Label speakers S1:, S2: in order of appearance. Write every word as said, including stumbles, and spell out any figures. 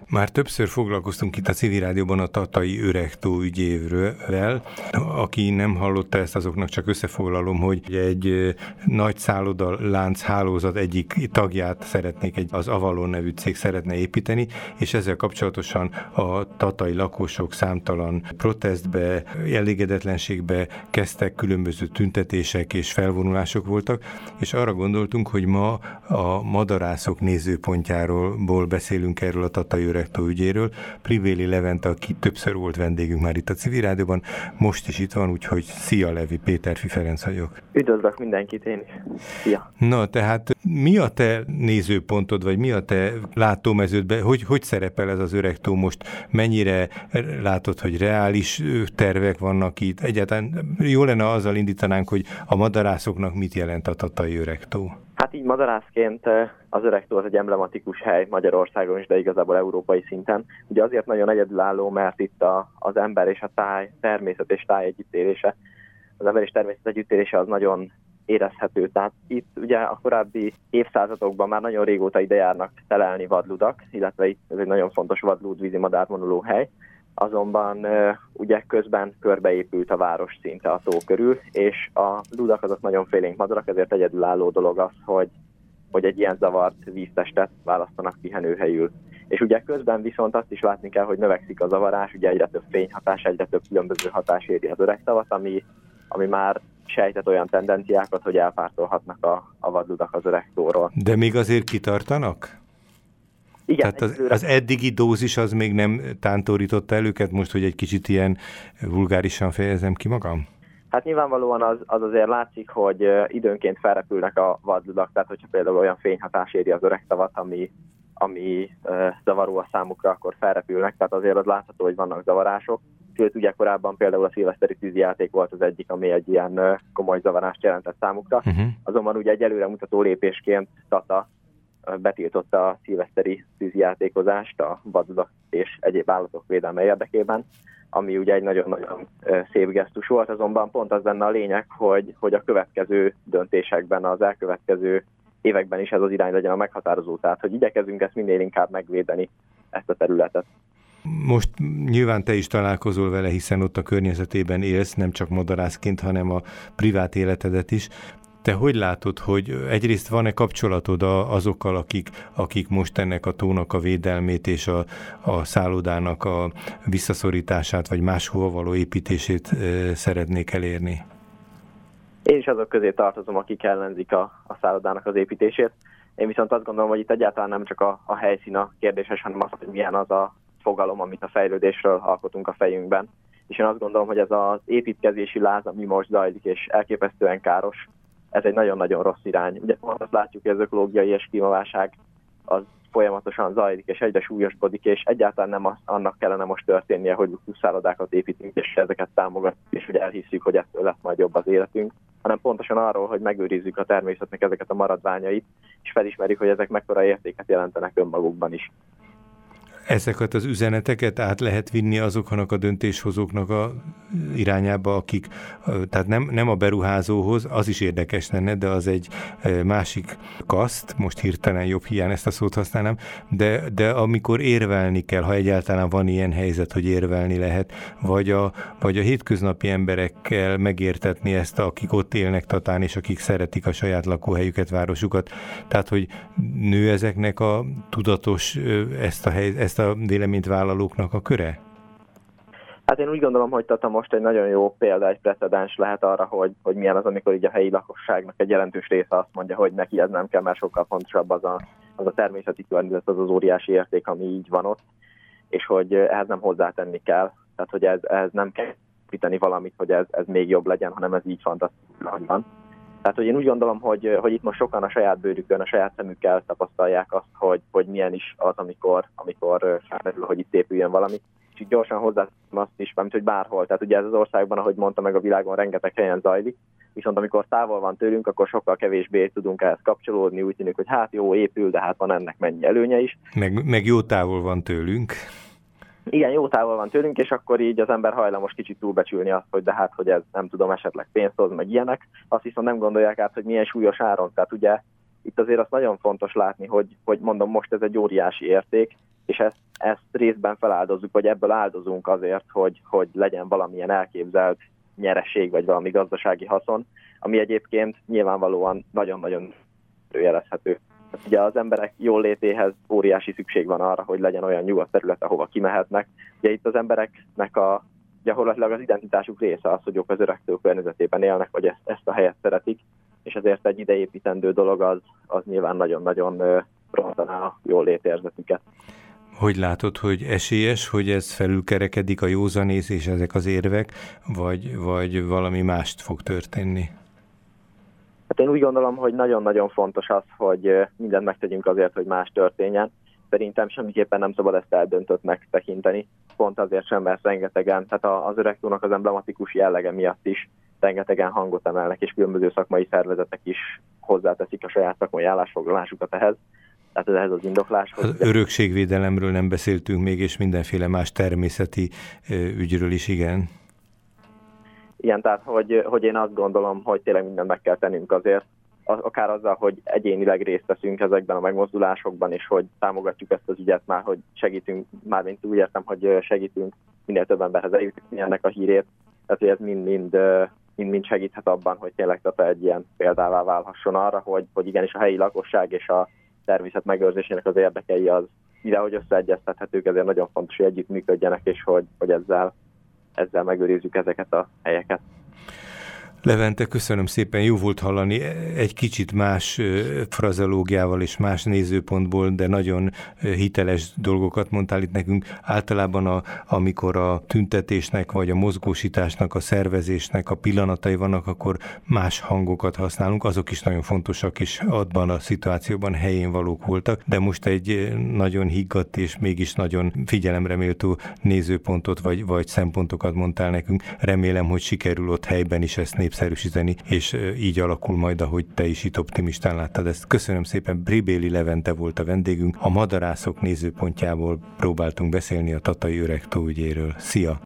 S1: Már többször foglalkoztunk itt a Civil Rádióban a tatai Öregtó ügyével. Aki nem hallotta ezt, azoknak csak összefoglalom, hogy egy nagy szálloda lánc hálózat egyik tagját szeretnék, egy, az Avalon nevű cég szeretne építeni, és ezzel kapcsolatosan a tatai lakosok számtalan protestbe, elégedetlenségbe kezdtek, különböző tüntetések és felvonulások voltak, és arra gondoltunk, hogy ma a madarászok nézőpontjáról beszélünk erről a tatai Öregtó ügyéről. Privéli Levente, aki többször volt vendégünk már itt a Civil Rádióban, most is itt van, úgyhogy szia Levi, Péterfi Ferenc vagyok.
S2: Üdvözlök mindenkit én is. Szia!
S1: Na, tehát mi a te nézőpontod, vagy mi a te látómeződben, hogy, hogy szerepel ez az Öregtó most? Mennyire látod, hogy reális tervek vannak itt? Egyáltalán jó lenne azzal indítanánk, hogy a madarászoknak mit jelent a tatai Öregtó?
S2: Hát így madarászként az Öregtó az egy emblematikus hely Magyarországon is, de igazából európai szinten. Ugye azért nagyon egyedülálló, mert itt a, az ember és a táj, természet és táj együttélése, az ember és természet együttélése az nagyon érezhető. Tehát itt ugye a korábbi évszázadokban már nagyon régóta ide járnak telelni vadludak, illetve itt ez egy nagyon fontos vadlúd vízi madárvonuló hely. Azonban ugye közben körbeépült a város szinte a tó körül, és a ludak azok nagyon félénk madarak, ezért egyedülálló dolog az, hogy, hogy egy ilyen zavart víztestet választanak pihenőhelyül. És ugye közben viszont azt is látni kell, hogy növekszik a zavarás, ugye egyre több fényhatás, egyre több különböző hatás éri az Öregtavat, ami, ami már sejtett olyan tendenciákat, hogy elpártolhatnak a, a vadludak az Öregtóról.
S1: De még azért kitartanak? Igen, tehát az, az eddigi dózis az még nem tántorította el őket, most, hogy egy kicsit ilyen vulgárisan fejezem ki magam?
S2: Hát nyilvánvalóan az, az azért látszik, hogy időnként felrepülnek a vadludak, tehát hogyha például olyan fényhatás éri az Öregtavat, ami, ami uh, zavaró a számukra, akkor felrepülnek, tehát azért az látható, hogy vannak zavarások. Sőt, ugye korábban például a szilveszteri tűzijáték volt az egyik, ami egy ilyen uh, komoly zavarást jelentett számukra. Uh-huh. Azonban ugye egy előremutató lépésként Tata betiltotta a szilveszteri tűzijátékozást a vadludak és egyéb állatok védelme érdekében, ami ugye egy nagyon-nagyon szép gesztus volt, azonban pont az benne a lényeg, hogy, hogy a következő döntésekben, az elkövetkező években is ez az irány legyen a meghatározó, tehát hogy igyekezünk ezt minél inkább megvédeni, ezt a területet.
S1: Most nyilván te is találkozol vele, hiszen ott a környezetében élsz, nem csak madarászként, hanem a privát életedet is. Te hogy látod, hogy egyrészt van-e kapcsolatod azokkal, akik, akik most ennek a tónak a védelmét és a, a szállodának a visszaszorítását, vagy máshova való építését e, szeretnék elérni?
S2: Én is azok közé tartozom, akik ellenzik a, a szállodának az építését. Én viszont azt gondolom, hogy itt egyáltalán nem csak a, a helyszín a kérdéses, hanem az, hogy milyen az a fogalom, amit a fejlődésről alkotunk a fejünkben. És én azt gondolom, hogy ez az építkezési láz, ami most zajlik, és elképesztően káros, ez egy nagyon-nagyon rossz irány. Ugye pont azt látjuk, hogy az ökológiai és klímaválság az folyamatosan zajlik, és egyre súlyosbodik, és egyáltalán nem az, annak kellene most történnie, hogy luxusszállodákat építünk, és ezeket támogatjuk, és hogy elhisszük, hogy ettől lesz majd jobb az életünk, hanem pontosan arról, hogy megőrizzük a természetnek ezeket a maradványait, és felismerjük, hogy ezek mekkora értéket jelentenek önmagukban is.
S1: Ezeket az üzeneteket át lehet vinni azoknak a döntéshozóknak a irányába, akik, tehát nem, nem a beruházóhoz, az is érdekes lenne, de az egy másik kaszt, most hirtelen jobb hiány ezt a szót használnám, de, de amikor érvelni kell, ha egyáltalán van ilyen helyzet, hogy érvelni lehet, vagy a, vagy a hétköznapi emberekkel megértetni ezt, akik ott élnek Tatán, és akik szeretik a saját lakóhelyüket, városukat. Tehát, hogy nő ezeknek a tudatos ezt a helyzet, ezt a véleményt vállalóknak a köre?
S2: Hát én úgy gondolom, hogy Tata most egy nagyon jó példa, egy precedens lehet arra, hogy, hogy milyen az, amikor így a helyi lakosságnak egy jelentős része azt mondja, hogy neki ez nem kell, mert sokkal fontosabb az a, az a természeti környezet, az az óriási érték, ami így van ott, és hogy ehhez nem hozzátenni kell. Tehát, hogy ez, ehhez nem kell építeni valamit, hogy ez, ez még jobb legyen, hanem ez így fantasztikus, hogy van. Tehát, hogy én úgy gondolom, hogy, hogy itt most sokan a saját bőrükön, a saját szemükkel tapasztalják azt, hogy, hogy milyen is az, amikor, amikor felmerül, hogy itt épüljön valami. És így gyorsan hozzáteszem azt is, mint hogy bárhol. Tehát ugye ez az országban, ahogy mondta, meg a világon rengeteg helyen zajlik, viszont amikor távol van tőlünk, akkor sokkal kevésbé tudunk ehhez kapcsolódni, úgy tűnik, hogy hát jó, épül, de hát van ennek mennyi előnye is.
S1: Meg, meg jó távol van tőlünk.
S2: Igen, jó távol van tőlünk, és akkor így az ember hajlamos kicsit túlbecsülni azt, hogy de hát, hogy ez nem tudom, esetleg pénzt hoz, meg ilyenek. Azt viszont nem gondolják át, hogy milyen súlyos áron. Tehát ugye itt azért azt nagyon fontos látni, hogy, hogy mondom, most ez egy óriási érték, és ezt, ezt részben feláldozzuk, vagy ebből áldozunk azért, hogy, hogy legyen valamilyen elképzelt nyereség, vagy valami gazdasági haszon, ami egyébként nyilvánvalóan nagyon-nagyon jelezhető. Ugye az emberek jólétéhez óriási szükség van arra, hogy legyen olyan nyugodt terület, ahova kimehetnek. Ugye itt az embereknek a gyakorlatilag az identitásuk része az, hogy ők az öröktől környezetében élnek, vagy ezt, ezt a helyet szeretik, és ezért egy ideépítendő dolog az, az nyilván nagyon-nagyon rontaná a jólétérzetüket.
S1: Hogy látod, hogy esélyes, hogy ez felülkerekedik a józanész és ezek az érvek, vagy, vagy valami mást fog történni?
S2: Hát én úgy gondolom, hogy nagyon-nagyon fontos az, hogy mindent megtegyünk azért, hogy más történjen. Szerintem semmiképpen nem szabad ezt eldöntöttnek tekinteni. Pont azért sem, mert rengetegen, tehát az Öregtónak az emblematikus jellege miatt is rengetegen hangot emelnek, és különböző szakmai szervezetek is hozzáteszik a saját szakmai állásfoglalásukat ehhez. Tehát ehhez az indokláshoz.
S1: Az örökségvédelemről nem beszéltünk még, és mindenféle más természeti ügyről is, igen.
S2: Igen, tehát hogy, hogy én azt gondolom, hogy tényleg mindent meg kell tennünk azért, akár azzal, hogy egyénileg részt veszünk ezekben a megmozdulásokban, és hogy támogatjuk ezt az ügyet már, hogy segítünk, mármint úgy értem, hogy segítünk minél több emberhez eljutni ennek a hírét, tehát hogy ez mind-mind mind-mind segíthet abban, hogy tényleg Tata egy ilyen példává válhasson arra, hogy, hogy igenis a helyi lakosság és a természet megőrzésének az érdekei az idehogy összeegyeztethetők, ezért nagyon fontos, hogy együtt működjenek, és hogy, hogy ezzel, ezzel megőrizzük ezeket a helyeket.
S1: Levente, köszönöm szépen, jó volt hallani egy kicsit más frazeológiával és más nézőpontból, de nagyon hiteles dolgokat mondtál itt nekünk. Általában a, amikor a tüntetésnek vagy a mozgósításnak, a szervezésnek a pillanatai vannak, akkor más hangokat használunk, azok is nagyon fontosak, és abban a szituációban helyén valók voltak, de most egy nagyon higgadt és mégis nagyon figyelemreméltó nézőpontot vagy, vagy szempontokat mondtál nekünk. Remélem, hogy sikerül ott helyben is ezt népszerűsíteni, és így alakul majd, ahogy te is itt optimistán láttad ezt. Köszönöm szépen, Bribéli Levente volt a vendégünk. A madarászok nézőpontjából próbáltunk beszélni a tatai Öregtó ügyéről. Szia!